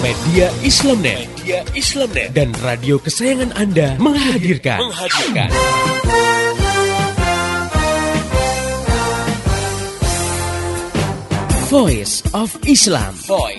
Media Islamnet. Dan radio kesayangan Anda menghadirkan. Voice of Islam.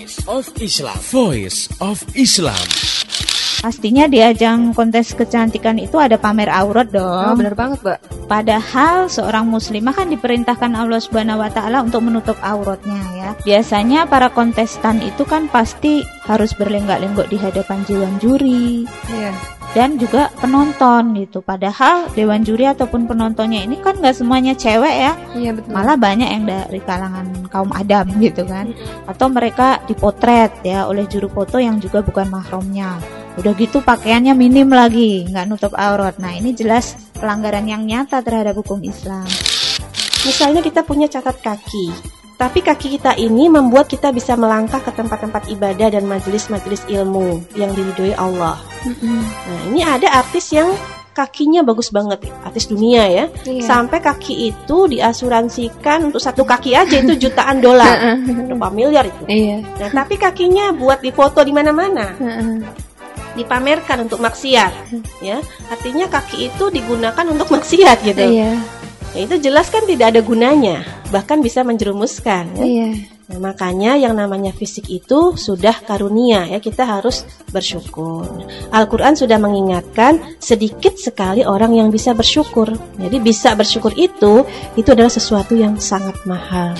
Pastinya di ajang kontes kecantikan itu ada pamer aurat dong. Oh, benar banget, Mbak. Padahal seorang muslimah kan diperintahkan Allah Subhanahu wa taala untuk menutup auratnya ya. Biasanya para kontestan itu kan pasti harus berlenggak-lenggok di hadapan dewan juri. Iya. Dan juga penonton gitu. Padahal dewan juri ataupun penontonnya ini kan nggak semuanya cewek ya. Iya, betul. Malah banyak yang dari kalangan kaum Adam gitu kan. Atau mereka dipotret ya oleh juru foto yang juga bukan mahramnya. Udah gitu pakaiannya minim lagi, nggak nutup aurat. Nah ini jelas pelanggaran yang nyata terhadap hukum Islam. Misalnya kita punya catat kaki, tapi kaki kita ini membuat kita bisa melangkah ke tempat-tempat ibadah dan majelis-majelis ilmu yang diridhoi Allah. Nah ini ada artis yang kakinya bagus banget, artis dunia ya. Iya. Sampai kaki itu diasuransikan untuk satu kaki aja itu jutaan dolar, berapa miliar itu. Iya. Nah tapi kakinya buat difoto di mana-mana. Dipamerkan untuk maksiat, ya artinya kaki itu digunakan untuk maksiat gitu. Iya. Ya, itu jelas kan tidak ada gunanya, bahkan bisa menjerumuskan. Ya? Iya. Nah, makanya yang namanya fisik itu sudah karunia ya, kita harus bersyukur. Al-Quran sudah mengingatkan sedikit sekali orang yang bisa bersyukur. Jadi bisa bersyukur itu adalah sesuatu yang sangat mahal.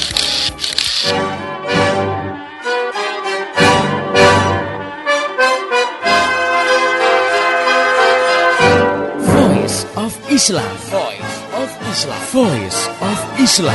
Voice of Islam.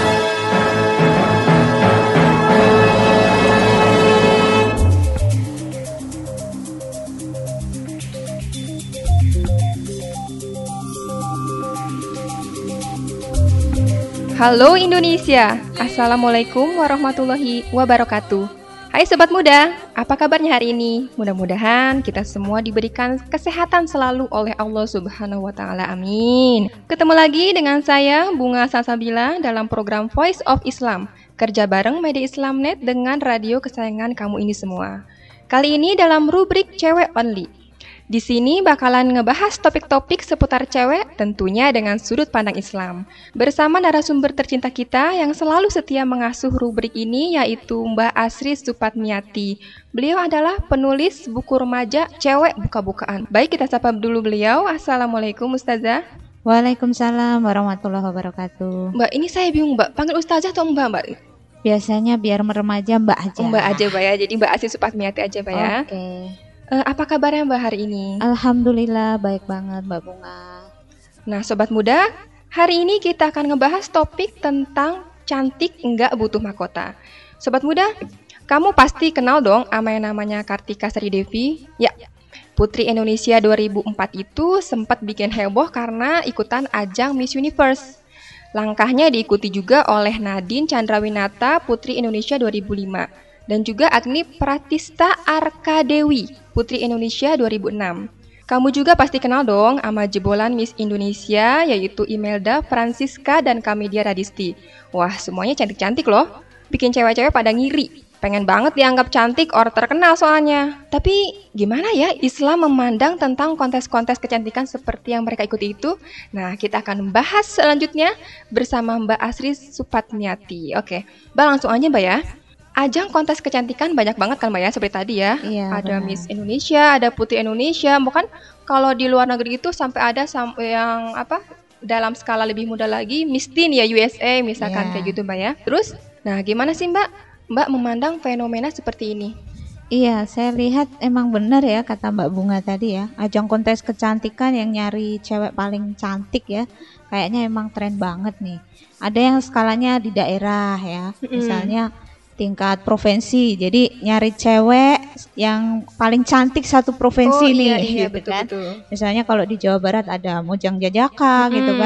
Halo Indonesia, Assalamualaikum warahmatullahi wabarakatuh. Hai Sobat Muda, apa kabarnya hari ini? Mudah-mudahan kita semua diberikan kesehatan selalu oleh Allah Subhanahu wa Ta'ala, amin. Ketemu lagi dengan saya, Bunga Salsabila, dalam program Voice of Islam, kerja bareng Media Islamnet dengan radio kesayangan kamu ini semua. Kali ini dalam rubrik Cewek Only. Di sini bakalan ngebahas topik-topik seputar cewek, tentunya dengan sudut pandang Islam. Bersama narasumber tercinta kita yang selalu setia mengasuh rubrik ini, yaitu Mbak Asri Supatmiati. Beliau adalah penulis buku remaja Cewek Buka-Bukaan. Baik, kita sapa dulu beliau. Assalamualaikum Ustazah. Waalaikumsalam warahmatullahi wabarakatuh. Mbak, ini saya bingung Mbak, panggil Ustazah atau Mbak? Biasanya biar meremaja Mbak aja. Mbak aja Mbak ya, jadi Mbak Asri Supatmiati aja Mbak ya. Oke. Apa kabarnya Mbak hari ini? Alhamdulillah baik banget Mbak Bunga. Nah Sobat Muda, hari ini kita akan ngebahas topik tentang cantik enggak butuh mahkota. Sobat Muda, kamu pasti kenal dong sama yang namanya Kartika Sari Devi. Ya, Putri Indonesia 2004 itu sempat bikin heboh karena ikutan ajang Miss Universe. Langkahnya diikuti juga oleh Nadine Chandrawinata Putri Indonesia 2005. Dan juga Agni Pratista Arkadewi, Putri Indonesia 2006. Kamu juga pasti kenal dong sama jebolan Miss Indonesia, yaitu Imelda Francisca dan Kamedia Radisti. Wah, semuanya cantik-cantik loh. Bikin cewek-cewek pada ngiri. Pengen banget dianggap cantik or terkenal soalnya. Tapi gimana ya Islam memandang tentang kontes-kontes kecantikan seperti yang mereka ikuti itu? Nah, kita akan bahas selanjutnya bersama Mbak Asri Supatmiati. Oke, Mbak langsung aja Mbak ya. Ajang kontes kecantikan banyak banget kan Mbak ya, seperti tadi ya. Iya, ada benar. Miss Indonesia, ada Putri Indonesia. Bahkan kalau di luar negeri itu sampai ada yang dalam skala lebih muda lagi, Miss Teen ya USA misalkan, kayak gitu Mbak ya. Terus, nah gimana sih Mbak memandang fenomena seperti ini? Iya, saya lihat emang benar ya kata Mbak Bunga tadi ya. Ajang kontes kecantikan yang nyari cewek paling cantik ya. Kayaknya emang tren banget nih. Ada yang skalanya di daerah ya. Misalnya tingkat provinsi, jadi nyari cewek yang paling cantik satu provinsi nih, Iya, gitu betul, kan. betul. Misalnya kalau di Jawa Barat ada Mojang Jajaka gitu kan,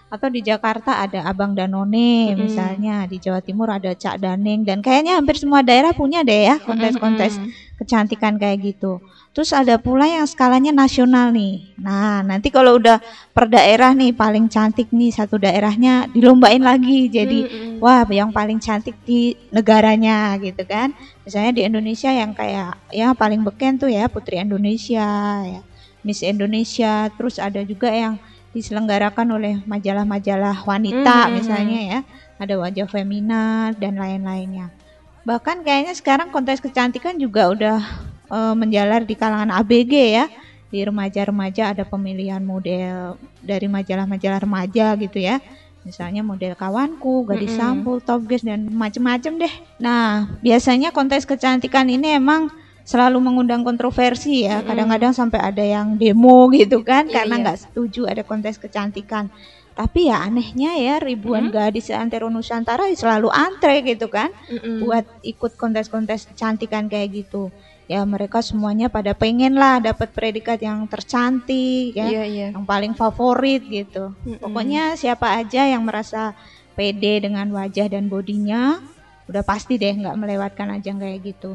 Atau di Jakarta ada Abang Danone misalnya, di Jawa Timur ada Cak Daning, dan kayaknya hampir semua daerah punya deh ya kontes-kontes kecantikan kayak gitu. Terus ada pula yang skalanya nasional nih. Nah, nanti kalau udah per daerah nih paling cantik nih satu daerahnya dilombain lagi. Jadi wah, yang paling cantik di negaranya gitu kan. Misalnya di Indonesia yang kayak ya paling beken tuh ya Putri Indonesia ya, Miss Indonesia. Terus ada juga yang diselenggarakan oleh majalah-majalah wanita misalnya ya. Ada Wajah Femina dan lain-lainnya. Bahkan kayaknya sekarang kontes kecantikan juga udah menjalar di kalangan ABG ya. Di remaja-remaja ada pemilihan model dari majalah-majalah remaja gitu ya. Misalnya model Kawanku, Gadis Sampul, Top Gears, dan macem-macem deh. Nah, biasanya kontes kecantikan ini emang selalu mengundang kontroversi ya. Kadang-kadang sampai ada yang demo gitu kan, karena nggak setuju ada kontes kecantikan. Tapi ya anehnya ya ribuan gadis antero Nusantara selalu antre gitu kan, buat ikut kontes-kontes kecantikan kayak gitu. Ya mereka semuanya pada pengen lah dapat predikat yang tercantik ya, yang paling favorit gitu. Pokoknya siapa aja yang merasa pede dengan wajah dan bodinya, udah pasti deh nggak melewatkan ajang kayak gitu.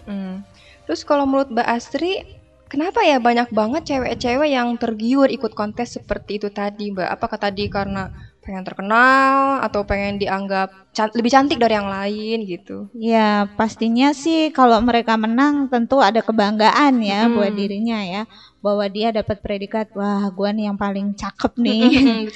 Terus kalau menurut Mbak Astri, kenapa ya banyak banget cewek-cewek yang tergiur ikut kontes seperti itu tadi, Mbak? Apakah tadi karena pengen terkenal atau pengen dianggap lebih cantik dari yang lain gitu? Ya pastinya sih kalau mereka menang tentu ada kebanggaan ya buat dirinya ya, bahwa dia dapat predikat wah gua nih yang paling cakep nih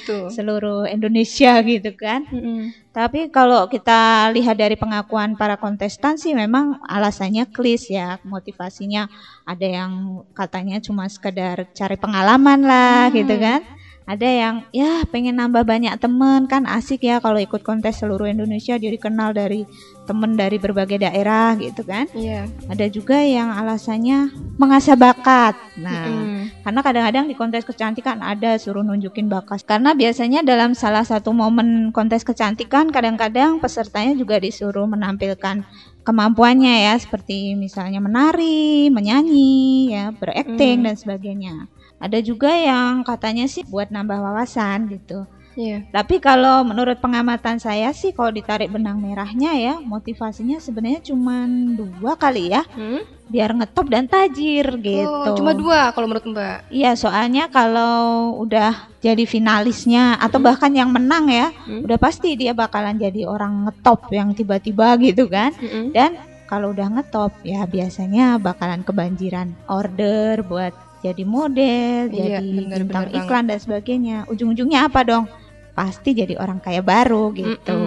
seluruh Indonesia gitu kan. Tapi kalau kita lihat dari pengakuan para kontestan sih memang alasannya klise ya, motivasinya ada yang katanya cuma sekedar cari pengalaman lah gitu kan. Ada yang ya pengen nambah banyak temen, kan asik ya kalau ikut kontes seluruh Indonesia jadi kenal dari temen dari berbagai daerah gitu kan. Ada juga yang alasannya mengasah bakat. Nah, karena kadang-kadang di kontes kecantikan ada suruh nunjukin bakat. Karena biasanya dalam salah satu momen kontes kecantikan kadang-kadang pesertanya juga disuruh menampilkan kemampuannya ya, seperti misalnya menari, menyanyi, ya, berakting dan sebagainya. Ada juga yang katanya sih buat nambah wawasan gitu. Tapi kalau menurut pengamatan saya sih kalau ditarik benang merahnya ya, motivasinya sebenarnya cuma 2 kali ya. Biar ngetop dan tajir gitu. Cuma 2 kalau menurut Mbak? Iya, soalnya kalau udah jadi finalisnya atau bahkan yang menang ya, udah pasti dia bakalan jadi orang ngetop yang tiba-tiba gitu kan. Dan kalau udah ngetop ya biasanya bakalan kebanjiran order buat jadi model, jadi bintang iklan dan sebagainya. Ujung-ujungnya apa dong? Pasti jadi orang kaya baru gitu.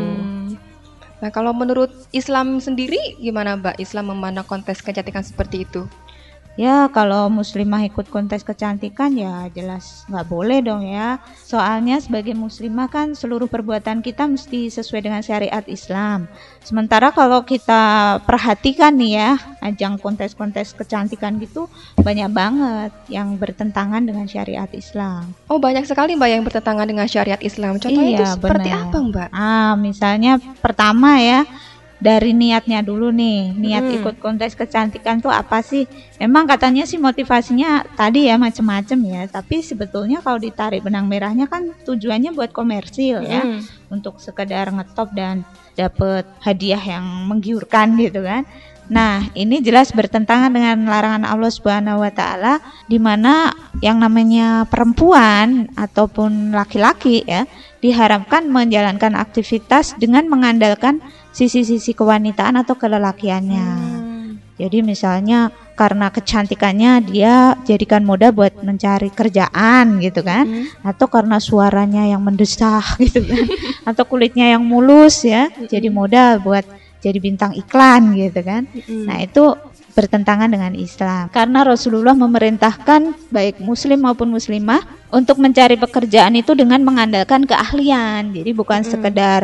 Nah, kalau menurut Islam sendiri gimana, Mbak? Islam memandang kontes kecantikan seperti itu? Ya kalau muslimah ikut kontes kecantikan ya jelas nggak boleh dong ya. Soalnya sebagai muslimah kan seluruh perbuatan kita mesti sesuai dengan syariat Islam. Sementara kalau kita perhatikan nih ya, ajang kontes-kontes kecantikan gitu banyak banget yang bertentangan dengan syariat Islam. Oh, banyak sekali Mbak yang bertentangan dengan syariat Islam. Contohnya itu seperti apa, Mbak? Misalnya pertama ya, dari niatnya dulu nih, niat ikut kontes kecantikan tuh apa sih? Emang katanya sih motivasinya tadi ya macem-macem ya, tapi sebetulnya kalau ditarik benang merahnya kan tujuannya buat komersil ya, untuk sekedar ngetop dan dapet hadiah yang menggiurkan gitu kan. Nah, ini jelas bertentangan dengan larangan Allah Subhanahu wa taala, di mana yang namanya perempuan ataupun laki-laki ya diharapkan menjalankan aktivitas dengan mengandalkan sisi-sisi kewanitaan atau kelelakiannya. Jadi misalnya karena kecantikannya dia jadikan modal buat mencari kerjaan gitu kan, atau karena suaranya yang mendesah gitu kan, atau kulitnya yang mulus ya, jadi modal buat jadi bintang iklan gitu kan. Nah, itu bertentangan dengan Islam. Karena Rasulullah memerintahkan baik muslim maupun muslimah untuk mencari pekerjaan itu dengan mengandalkan keahlian. Jadi bukan sekedar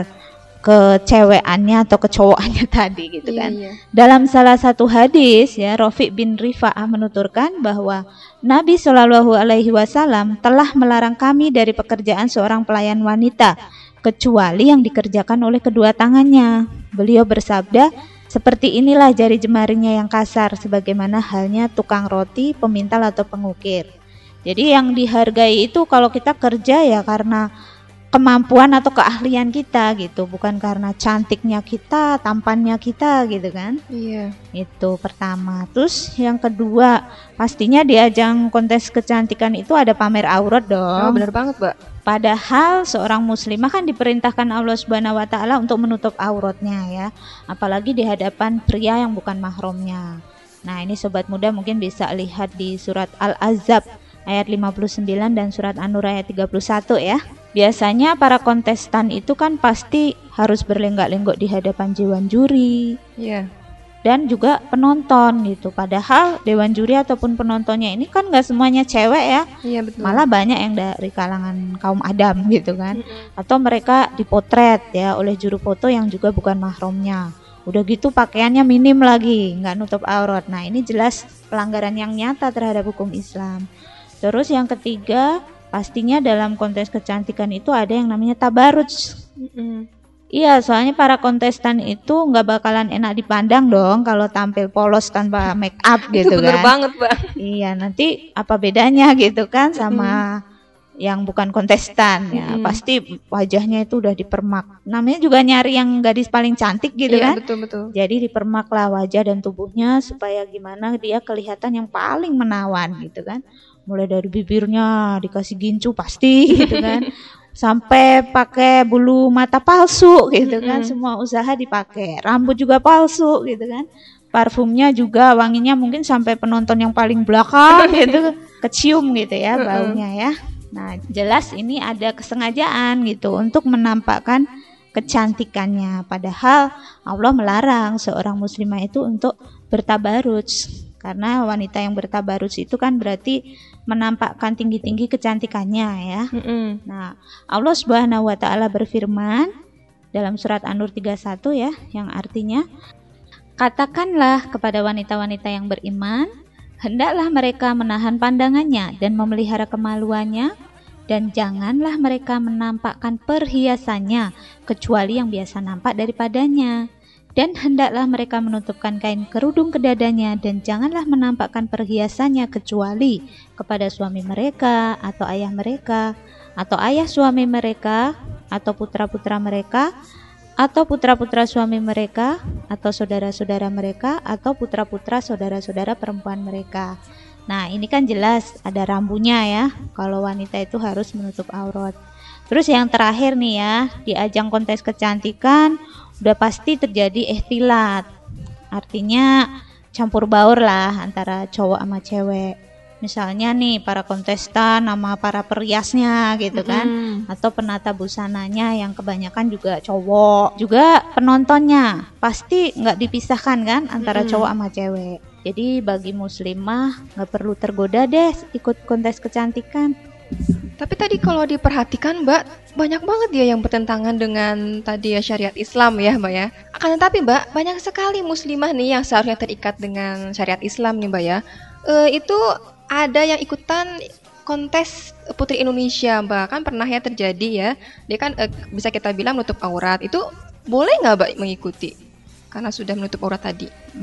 keceweannya atau kecowokannya tadi gitu kan. Dalam salah satu hadis ya, Rafiq bin Rifa'ah menuturkan bahwa Nabi Shallallahu alaihi wasallam telah melarang kami dari pekerjaan seorang pelayan wanita kecuali yang dikerjakan oleh kedua tangannya. Beliau bersabda, seperti inilah jari jemarinya yang kasar, sebagaimana halnya tukang roti, pemintal atau pengukir. Jadi yang dihargai itu kalau kita kerja ya karena kemampuan atau keahlian kita gitu, bukan karena cantiknya kita, tampannya kita gitu kan. Iya. Itu pertama. Terus yang kedua, pastinya di ajang kontes kecantikan itu ada pamer aurat Oh, dong. benar banget, Mbak. Padahal seorang muslimah kan diperintahkan Allah Subhanahu wa taala untuk menutup auratnya ya, apalagi di hadapan pria yang bukan mahramnya. Nah, ini sobat muda mungkin bisa lihat di surat Al-Ahzab ayat 59 dan surat An-Nur ayat 31 ya. Biasanya para kontestan itu kan pasti harus berlenggak-lenggok di hadapan dewan juri Iya. dan juga penonton gitu. Padahal dewan juri ataupun penontonnya ini kan nggak semuanya cewek ya. Iya, betul. Malah banyak yang dari kalangan kaum Adam gitu kan. Atau mereka dipotret ya oleh juru foto yang juga bukan mahramnya. Udah gitu pakaiannya minim lagi, nggak nutup aurat. Nah, ini jelas pelanggaran yang nyata terhadap hukum Islam. Terus yang ketiga, pastinya dalam kontes kecantikan itu ada yang namanya tabaruj. Iya, soalnya para kontestan itu nggak bakalan enak dipandang dong kalau tampil polos tanpa make up gitu Itu bener kan. banget, Mbak. Iya, nanti apa bedanya gitu kan sama yang bukan kontestan ya. Pasti wajahnya itu udah dipermak. Namanya juga nyari yang gadis paling cantik gitu Iya, kan. betul. Jadi dipermaklah wajah dan tubuhnya supaya gimana dia kelihatan yang paling menawan gitu kan. Mulai dari bibirnya dikasih gincu pasti gitu kan. Sampai pakai bulu mata palsu gitu kan. Semua usaha dipakai. Rambut juga palsu gitu kan. Parfumnya juga wanginya mungkin sampai penonton yang paling belakang gitu kecium gitu ya baunya ya. Nah, jelas ini ada kesengajaan gitu untuk menampakkan kecantikannya. Padahal Allah melarang seorang muslimah itu untuk bertabaruj. Karena wanita yang bertabaruj itu kan berarti menampakkan tinggi-tinggi kecantikannya ya. Nah, Allah Subhanahu wa taala berfirman dalam surat An-Nur 31 ya, yang artinya, katakanlah kepada wanita-wanita yang beriman, hendaklah mereka menahan pandangannya dan memelihara kemaluannya, dan janganlah mereka menampakkan perhiasannya kecuali yang biasa nampak daripadanya. Dan hendaklah mereka menutupkan kain kerudung ke dadanya, dan janganlah menampakkan perhiasannya kecuali kepada suami mereka atau ayah mereka, atau ayah suami mereka, atau putra-putra mereka, atau putra-putra suami mereka, atau saudara-saudara mereka, atau putra-putra saudara-saudara perempuan mereka. Nah, ini kan jelas ada rambunya ya, kalau wanita itu harus menutup aurat. Terus yang terakhir nih ya, di ajang kontes kecantikan udah pasti terjadi ikhtilat. Artinya campur baur lah antara cowok sama cewek. Misalnya nih para kontestan sama para periasnya gitu kan, atau penata busananya yang kebanyakan juga cowok. Juga penontonnya pasti nggak dipisahkan kan antara cowok sama cewek. Jadi bagi muslimah nggak perlu tergoda deh ikut kontes kecantikan. Tapi tadi kalau diperhatikan, Mbak, banyak banget ya yang bertentangan dengan tadi ya syariat Islam ya, Mbak ya. Akan tetapi, Mbak, banyak sekali muslimah nih yang seharusnya terikat dengan syariat Islam nih, Mbak ya. Itu ada yang ikutan kontes Putri Indonesia, Mbak. Kan pernah ya terjadi ya. Dia kan bisa kita bilang menutup aurat. Itu boleh nggak, Mbak, mengikuti? Karena sudah menutup aurat tadi.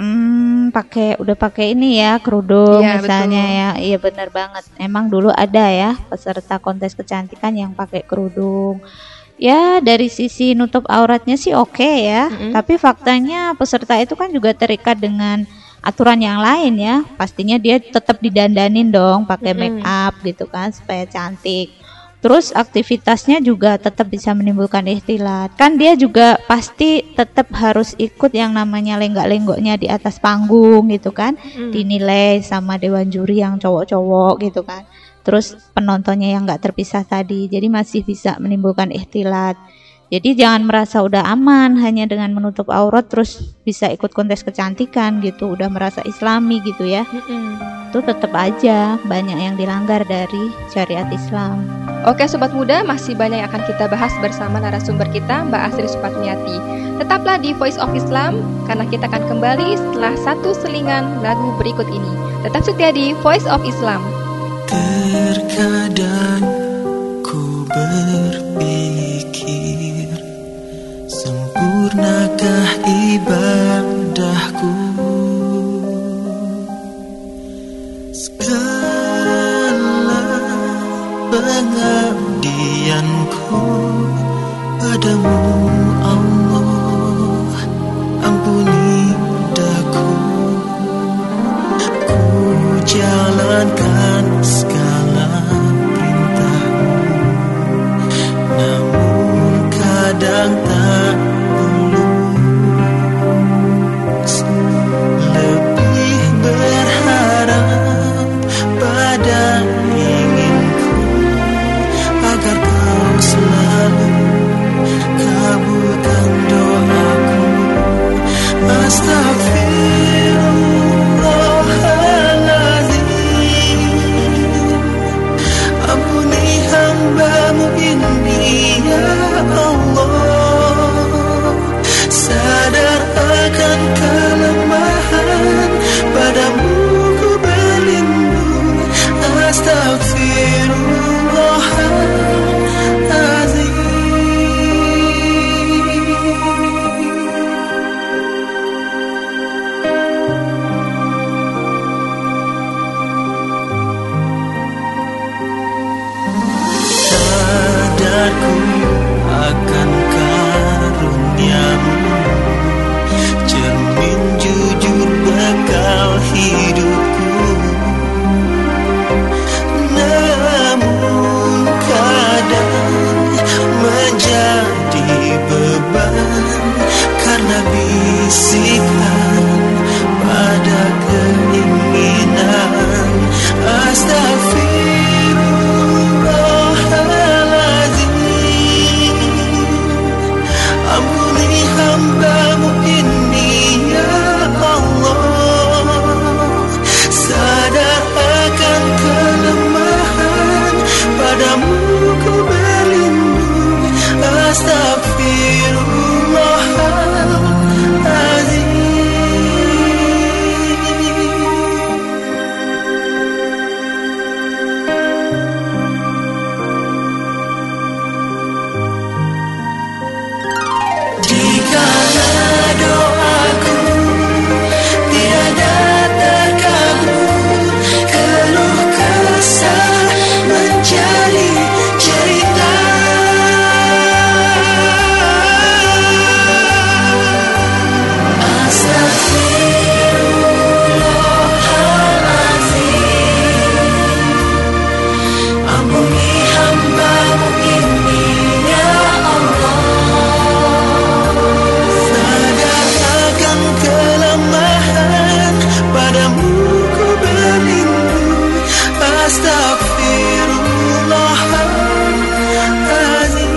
Udah pakai ini ya kerudung Iya, misalnya betul. ya. Iya benar banget. Emang dulu ada ya peserta kontes kecantikan yang pakai kerudung. Ya dari sisi nutup auratnya sih oke ya. Tapi faktanya peserta itu kan juga terikat dengan aturan yang lain ya. Pastinya dia tetap didandanin dong pakai make up gitu kan supaya cantik. Terus aktivitasnya juga tetap bisa menimbulkan ikhtilat. Kan dia juga pasti tetap harus ikut yang namanya lenggak-lenggoknya di atas panggung gitu kan. Dinilai sama dewan juri yang cowok-cowok gitu kan. Terus penontonnya yang gak terpisah tadi. Jadi masih bisa menimbulkan ikhtilat. Jadi jangan merasa udah aman hanya dengan menutup aurat terus bisa ikut kontes kecantikan gitu. Udah merasa islami gitu ya. Itu tetap aja banyak yang dilanggar dari syariat Islam. Oke Sobat Muda, masih banyak yang akan kita bahas bersama narasumber kita, Mbak Astri Supatmiati. Tetaplah di Voice of Islam, karena kita akan kembali setelah satu selingan lagu berikut ini. Tetap setia di Voice of Islam. Terkadang ku berpikir, sempurnakah ibadahku? Segala pengabdianku Allah, ampuni daku. Ku jalankan segala perintah-Mu, namun kadang tak tulus. Lebih berharap pada inginku, agar Kau selalu kabulkan doaku. Astaghfirullahaladzim, ampuni hamba-Mu ini ya Allah. Sadar akan kelemahan, padamu ku berlindung. Astaghfirullahaladzim. Sadarku akan karunia-Mu, cermin jujur bekal hidupku. Namun kadang menjadi beban karena bisikan pada keinginan. Astaghfirullahaladzim, ampuni hamba-Mu ini ya Allah. Sadar akan kelemahan, padamu ku berlindung. Astaghfirullahaladzim. Dikala doaku tiada terkabul, keluh kesah menjadi cerita. Astaghfirullahaladzim, ampuni hamba-Mu ini ya Allah. Sadar akan kelemahan, padamu ku berlindung. Astaghfirullahaladzim.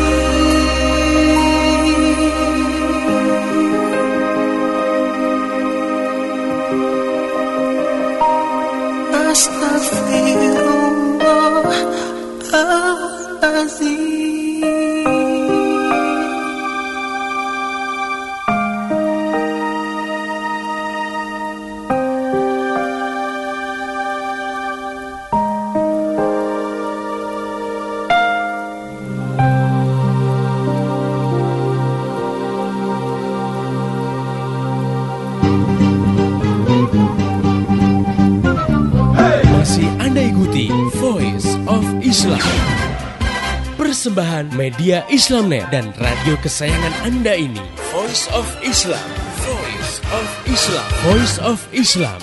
Masih Anda ikuti Voice of Islam, persembahan media Islamnet dan radio kesayangan Anda ini. Voice of Islam, Voice of Islam, Voice of Islam.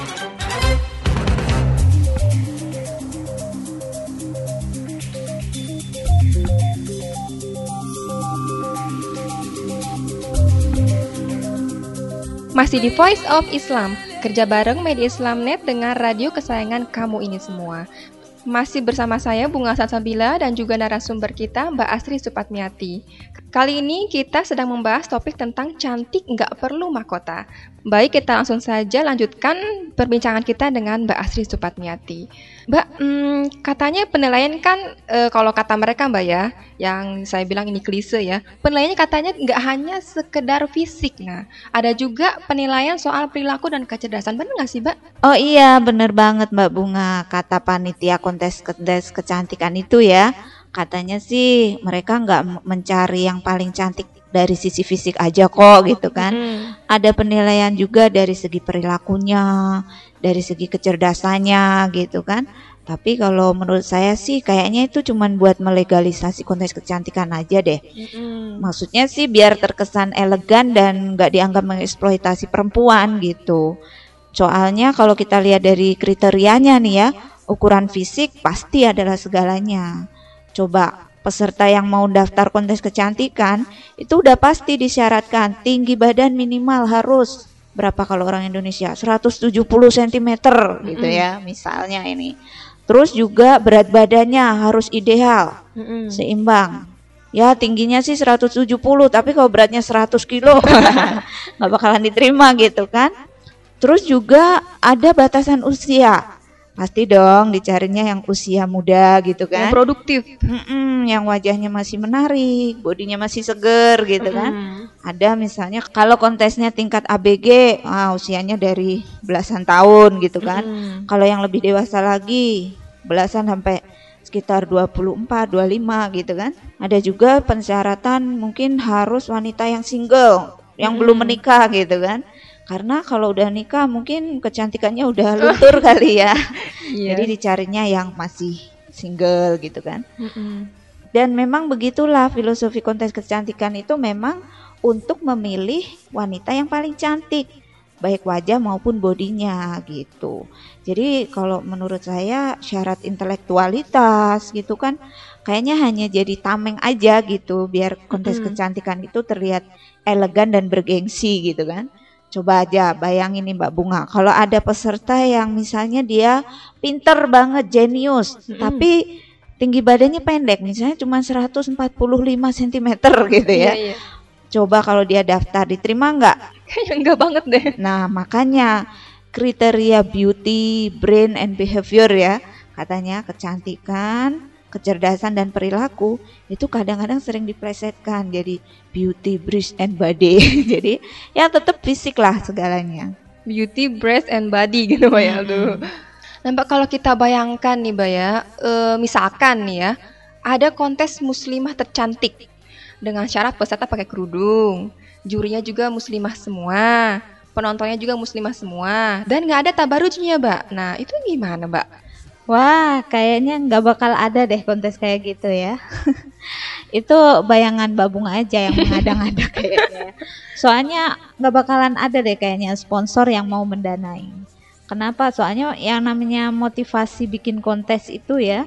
Masih di Voice of Islam, kerja bareng media Islamnet dengan radio kesayangan kamu ini semua. Masih bersama saya Bunga Salsabila dan juga narasumber kita Mbak Asri Supatmiati. Kali ini kita sedang membahas topik tentang cantik nggak perlu mahkota. Baik, kita langsung saja lanjutkan perbincangan kita dengan Mbak Asri Supatmiati. Mbak, katanya penilaian kan kalau kata mereka Mbak ya, yang saya bilang ini klise ya, penilaiannya katanya nggak hanya sekedar fisik. Nah, ada juga penilaian soal perilaku dan kecerdasan, benar nggak sih Mbak? Oh iya, bener banget Mbak Bunga. Kata panitia kontes kecantikan itu ya, katanya sih mereka nggak mencari yang paling cantik dari sisi fisik aja kok gitu kan. Ada penilaian juga dari segi perilakunya, dari segi kecerdasannya gitu kan. Tapi kalau menurut saya sih kayaknya itu cuman buat melegalisasi kontes kecantikan aja deh. Maksudnya sih biar terkesan elegan dan nggak dianggap mengeksploitasi perempuan gitu. Soalnya kalau kita lihat dari kriterianya nih ya, ukuran fisik pasti adalah segalanya. Coba peserta yang mau daftar kontes kecantikan itu udah pasti disyaratkan tinggi badan minimal harus berapa kalau orang Indonesia 170 cm gitu ya misalnya ini. Terus juga berat badannya harus ideal, seimbang. Ya tingginya sih 170 tapi kalau beratnya 100 kilo nggak bakalan diterima gitu kan. Terus juga ada batasan usia. Pasti dong dicarinya yang usia muda gitu kan. Yang produktif. Yang wajahnya masih menarik, bodinya masih seger gitu kan. Ada misalnya kalau kontesnya tingkat ABG, usianya dari belasan tahun gitu kan. Kalau yang lebih dewasa lagi, belasan sampai sekitar 24, 25 gitu kan. Ada juga persyaratan mungkin harus wanita yang single, yang belum menikah gitu kan. Karena kalau udah nikah mungkin kecantikannya udah luntur kali ya. Jadi dicarinya yang masih single gitu kan. Dan memang begitulah filosofi kontes kecantikan itu memang untuk memilih wanita yang paling cantik, baik wajah maupun bodinya gitu. Jadi kalau menurut saya syarat intelektualitas gitu kan kayaknya hanya jadi tameng aja gitu biar kontes kecantikan itu terlihat elegan dan bergengsi gitu kan. Coba aja bayangin nih Mbak Bunga, kalau ada peserta yang misalnya dia pinter banget, jenius, tapi tinggi badannya pendek, misalnya cuma 145 cm gitu ya. Coba kalau dia daftar, diterima nggak? Kayaknya enggak banget deh. Nah makanya kriteria beauty, brain, and behavior ya, katanya kecantikan, kecerdasan dan perilaku itu kadang-kadang sering diplesetkan jadi beauty, breast, and body. Jadi ya tetap fisik lah segalanya. Beauty, breast, and body gitu Mbak ya. Nah Mbak kalau kita bayangkan nih Mbak ya, misalkan nih ya, ada kontes muslimah tercantik dengan syarat peserta pakai kerudung, jurinya juga muslimah semua, penontonnya juga muslimah semua, dan nggak ada tabarujnya Mbak. Nah itu gimana Mbak? Wah, kayaknya nggak bakal ada deh kontes kayak gitu ya. Itu bayangan Mbak Bunga aja yang mengada-ngada kayaknya. Soalnya nggak bakalan ada deh kayaknya sponsor yang mau mendanai. Kenapa? Soalnya yang namanya motivasi bikin kontes itu ya,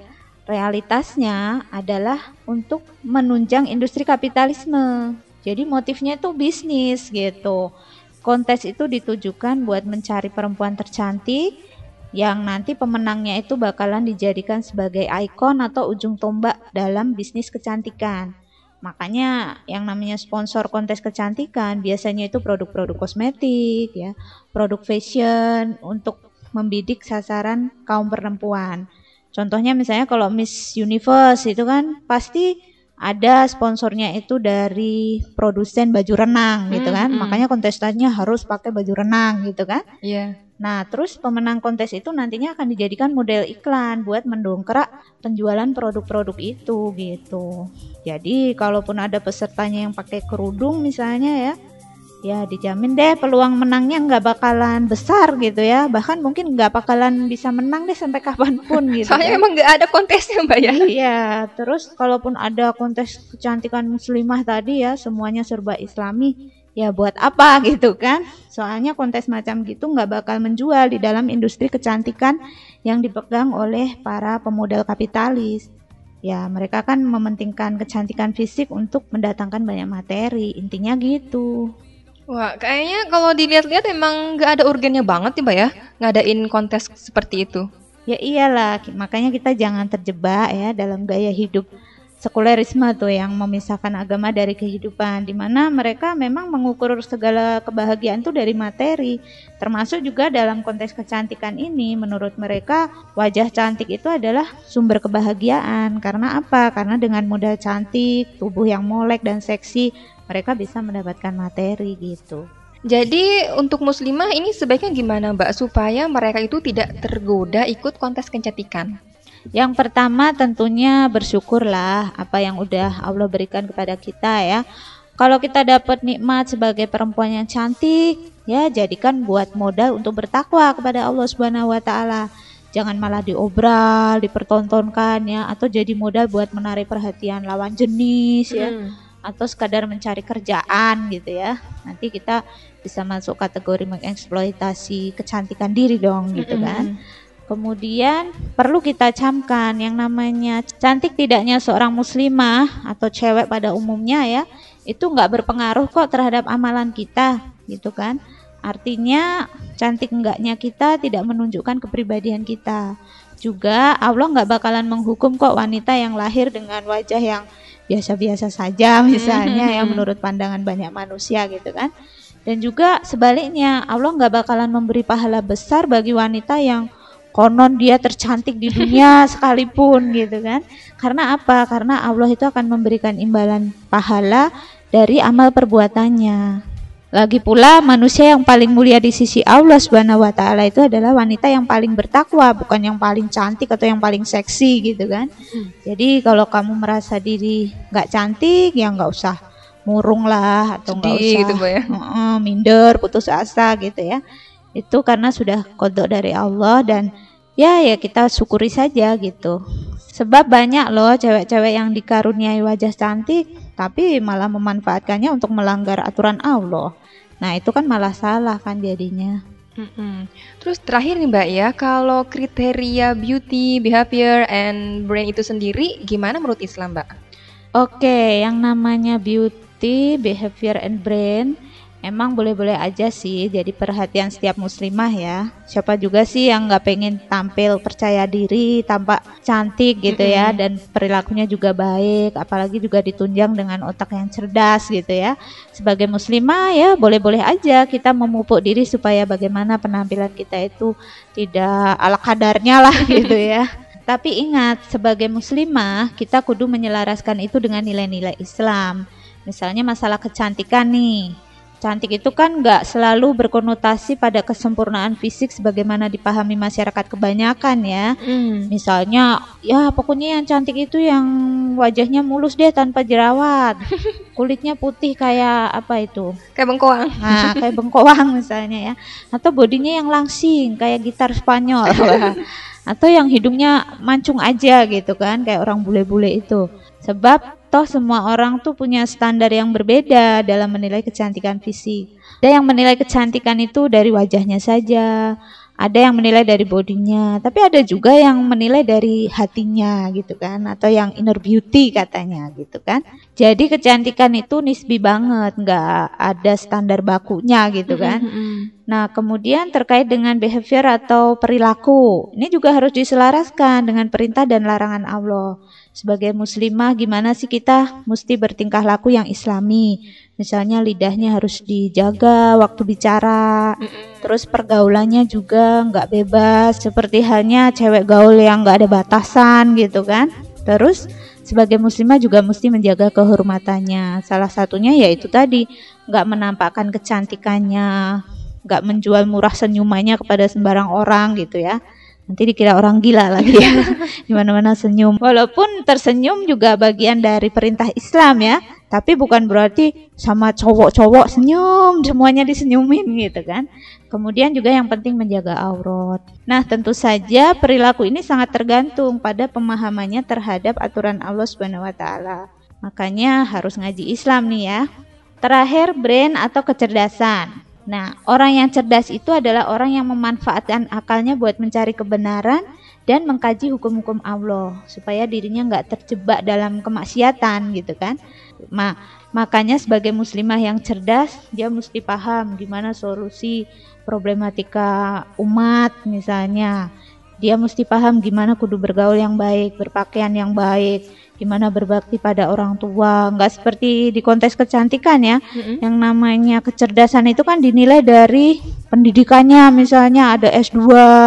realitasnya adalah untuk menunjang industri kapitalisme. Jadi motifnya itu bisnis gitu. Kontes itu ditujukan buat mencari perempuan tercantik yang nanti pemenangnya itu bakalan dijadikan sebagai ikon atau ujung tombak dalam bisnis kecantikan. Makanya yang namanya sponsor kontes kecantikan biasanya itu produk-produk kosmetik ya, produk fashion untuk membidik sasaran kaum perempuan. Contohnya misalnya kalau Miss Universe itu kan pasti ada sponsornya itu dari produsen baju renang gitu kan. Makanya kontestannya harus pakai baju renang gitu kan. Iya. Nah, terus pemenang kontes itu nantinya akan dijadikan model iklan buat mendongkrak penjualan produk-produk itu gitu. Jadi, kalaupun ada pesertanya yang pakai kerudung misalnya ya dijamin deh peluang menangnya nggak bakalan besar gitu ya. Bahkan mungkin nggak bakalan bisa menang deh sampai kapanpun gitu. Soalnya emang nggak ada kontesnya Mbak ya. Iya, terus kalaupun ada kontes kecantikan muslimah tadi ya semuanya serba islami. Ya buat apa gitu kan? Soalnya kontes macam gitu nggak bakal menjual di dalam industri kecantikan yang dipegang oleh para pemodal kapitalis. Ya mereka kan mementingkan kecantikan fisik untuk mendatangkan banyak materi, intinya gitu. Wah, kayaknya kalau dilihat-lihat emang nggak ada urgennya banget nih Mbak ya, ngadain kontes seperti itu. Ya iyalah, makanya kita jangan terjebak ya dalam gaya hidup sekulerisme tuh yang memisahkan agama dari kehidupan, di mana mereka memang mengukur segala kebahagiaan tuh dari materi, termasuk juga dalam konteks kecantikan ini. Menurut mereka wajah cantik itu adalah sumber kebahagiaan. Karena apa? Karena dengan modal cantik, tubuh yang molek dan seksi, mereka bisa mendapatkan materi gitu. Jadi untuk muslimah ini sebaiknya gimana Mbak supaya mereka itu tidak tergoda ikut kontes kecantikan? Yang pertama tentunya bersyukurlah apa yang udah Allah berikan kepada kita ya. Kalau kita dapat nikmat sebagai perempuan yang cantik, ya jadikan buat modal untuk bertakwa kepada Allah Subhanahu wa taala. jangan malah diobral, dipertontonkan ya, atau jadi modal buat menarik perhatian lawan jenis ya, atau sekadar mencari kerjaan gitu ya. Nanti kita bisa masuk kategori mengeksploitasi kecantikan diri dong gitu kan. Kemudian perlu kita camkan yang namanya cantik tidaknya seorang muslimah atau cewek pada umumnya ya, itu nggak berpengaruh kok terhadap amalan kita gitu kan. Artinya cantik enggaknya kita tidak menunjukkan kepribadian kita. Juga Allah nggak bakalan menghukum kok wanita yang lahir dengan wajah yang biasa-biasa saja misalnya yang menurut pandangan banyak manusia gitu kan. Dan juga sebaliknya Allah nggak bakalan memberi pahala besar bagi wanita yang konon dia tercantik di dunia sekalipun gitu kan. Karena apa? Karena Allah itu akan memberikan imbalan pahala dari amal perbuatannya. Lagi pula manusia yang paling mulia di sisi Allah Subhanahu wa taala itu adalah wanita yang paling bertakwa, bukan yang paling cantik atau yang paling seksi gitu kan. Jadi kalau kamu merasa diri nggak cantik ya nggak usah murung lah atau nggak usah gitu, Mbak, ya. Minder, putus asa gitu ya. Itu karena sudah qada dari Allah dan ya kita syukuri saja gitu. Sebab banyak loh cewek-cewek yang dikaruniai wajah cantik tapi malah memanfaatkannya untuk melanggar aturan Allah. Nah itu kan malah salah kan jadinya. Terus terakhir nih Mbak ya, kalau kriteria beauty, behavior, and brain itu sendiri gimana menurut Islam Mbak? Oke, yang namanya beauty, behavior, and brain emang boleh-boleh aja sih jadi perhatian setiap muslimah ya. Siapa juga sih yang nggak pengen tampil percaya diri, tampak cantik gitu ya, dan perilakunya juga baik, apalagi juga ditunjang dengan otak yang cerdas gitu ya. Sebagai muslimah ya boleh-boleh aja kita memupuk diri supaya bagaimana penampilan kita itu tidak ala kadarnya lah gitu ya. Tapi ingat, sebagai muslimah kita kudu menyelaraskan itu dengan nilai-nilai Islam. Misalnya masalah kecantikan nih. Cantik itu kan nggak selalu berkonotasi pada kesempurnaan fisik sebagaimana dipahami masyarakat kebanyakan ya. Misalnya, ya pokoknya yang cantik itu yang wajahnya mulus deh tanpa jerawat, kulitnya putih kayak apa itu? Kayak bengkoang. Nah, kayak bengkoang misalnya ya. Atau bodinya yang langsing kayak gitar Spanyol. Atau yang hidungnya mancung aja gitu kan, kayak orang bule-bule itu. Sebab toh semua orang tuh punya standar yang berbeda dalam menilai kecantikan fisik. Ada yang menilai kecantikan itu dari wajahnya saja, ada yang menilai dari bodinya, tapi ada juga yang menilai dari hatinya gitu kan, atau yang inner beauty katanya gitu kan. Jadi kecantikan itu nisbi banget, nggak ada standar bakunya gitu kan. Nah kemudian terkait dengan behavior atau perilaku, ini juga harus diselaraskan dengan perintah dan larangan Allah. Sebagai muslimah gimana sih kita mesti bertingkah laku yang islami. Misalnya lidahnya harus dijaga waktu bicara, terus pergaulannya juga nggak bebas, seperti halnya cewek gaul yang nggak ada batasan gitu kan. Terus sebagai muslimah juga mesti menjaga kehormatannya. Salah satunya yaitu tadi, nggak menampakkan kecantikannya, nggak menjual murah senyumannya kepada sembarang orang gitu ya. Nanti dikira orang gila lagi ya, di mana-mana senyum. Walaupun tersenyum juga bagian dari perintah Islam ya, tapi bukan berarti sama cowok-cowok senyum, semuanya disenyumin gitu kan. Kemudian juga yang penting menjaga aurat. Nah tentu saja perilaku ini sangat tergantung pada pemahamannya terhadap aturan Allah Subhanahu wa taala. Makanya harus ngaji Islam nih ya. Terakhir, brain atau kecerdasan. Nah, orang yang cerdas itu adalah orang yang memanfaatkan akalnya buat mencari kebenaran dan mengkaji hukum-hukum Allah supaya dirinya nggak terjebak dalam kemaksiatan gitu kan. Makanya sebagai muslimah yang cerdas, dia mesti paham gimana solusi problematika umat misalnya. Dia mesti paham gimana kudu bergaul yang baik, berpakaian yang baik, gimana berbakti pada orang tua. Nggak seperti di kontes kecantikan ya. Yang namanya kecerdasan itu kan dinilai dari pendidikannya, misalnya ada S2,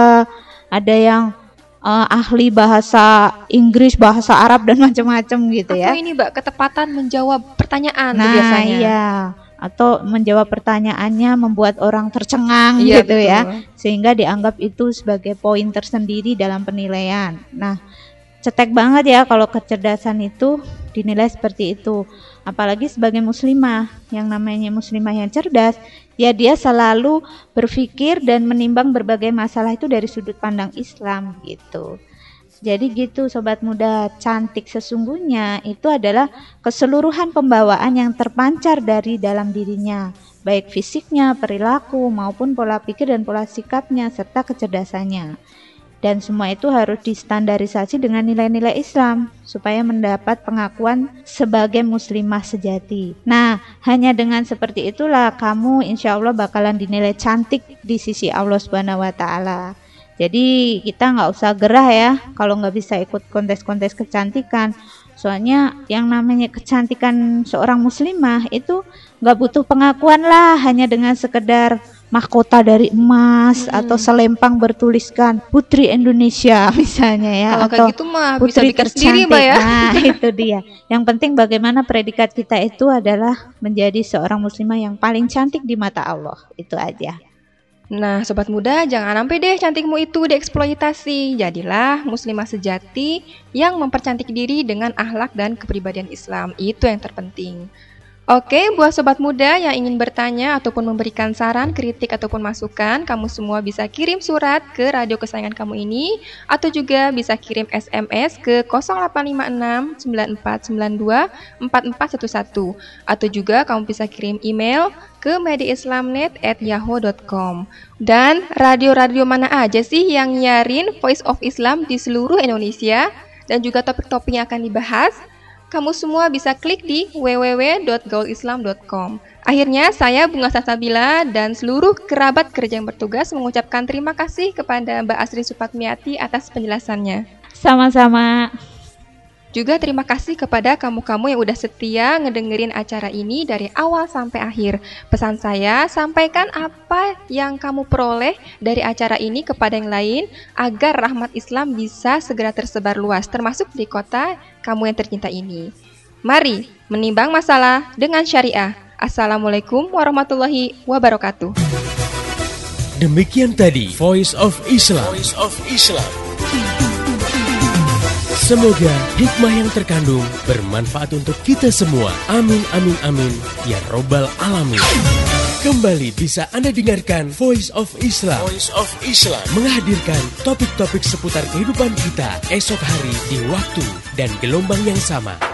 ada yang ahli bahasa Inggris, bahasa Arab dan macam-macam gitu ya. Atau ini Mbak, ketepatan menjawab pertanyaan biasanya. Iya. Atau menjawab pertanyaannya membuat orang tercengang gitu betul. Ya, sehingga dianggap itu sebagai poin tersendiri dalam penilaian. Nah, cetek banget ya kalau kecerdasan itu dinilai seperti itu. Apalagi sebagai muslimah, yang namanya muslimah yang cerdas, ya dia selalu berpikir dan menimbang berbagai masalah itu dari sudut pandang Islam gitu. Jadi gitu sobat muda, cantik sesungguhnya itu adalah keseluruhan pembawaan yang terpancar dari dalam dirinya, baik fisiknya, perilaku, maupun pola pikir dan pola sikapnya, serta kecerdasannya. Dan semua itu harus distandarisasi dengan nilai-nilai Islam, supaya mendapat pengakuan sebagai muslimah sejati. Nah, hanya dengan seperti itulah kamu insya Allah bakalan dinilai cantik di sisi Allah Subhanahu wa Ta'ala. Jadi kita nggak usah gerah ya kalau nggak bisa ikut kontes-kontes kecantikan. Soalnya yang namanya kecantikan seorang muslimah itu nggak butuh pengakuan lah, hanya dengan sekedar mahkota dari emas atau selempang bertuliskan Putri Indonesia misalnya ya. Kalau atau kayak gitu mah bisa Putri bikin sendiri Mbak ya. Nah itu dia. Yang penting bagaimana predikat kita itu adalah menjadi seorang muslimah yang paling cantik di mata Allah. Itu aja. Nah, sobat muda, jangan sampai deh cantikmu itu dieksploitasi. Jadilah muslimah sejati yang mempercantik diri dengan akhlak dan kepribadian Islam. Itu yang terpenting. Oke, buat sobat muda yang ingin bertanya ataupun memberikan saran, kritik ataupun masukan, kamu semua bisa kirim surat ke radio kesayangan kamu ini, atau juga bisa kirim SMS ke 0856 9492 4411, atau juga kamu bisa kirim email ke mediaislamnet@yahoo.com. Dan radio-radio mana aja sih yang nyiarin Voice of Islam di seluruh Indonesia, dan juga topik-topik yang akan dibahas? Kamu semua bisa klik di www.gaulislam.com. Akhirnya saya Bunga Salsabila dan seluruh kerabat kerja yang bertugas mengucapkan terima kasih kepada Mbak Asri Supatmiati atas penjelasannya. Sama-sama. Juga terima kasih kepada kamu-kamu yang udah setia ngedengerin acara ini dari awal sampai akhir. Pesan saya, sampaikan apa yang kamu peroleh dari acara ini kepada yang lain agar rahmat Islam bisa segera tersebar luas, termasuk di kota kamu yang tercinta ini. Mari menimbang masalah dengan syariah. Assalamualaikum warahmatullahi wabarakatuh. Demikian tadi Voice of Islam. Voice of Islam. Semoga hikmah yang terkandung bermanfaat untuk kita semua. Amin, amin, amin. Ya Robbal Alamin. Kembali bisa Anda dengarkan Voice of Islam. Voice of Islam menghadirkan topik-topik seputar kehidupan kita esok hari di waktu dan gelombang yang sama.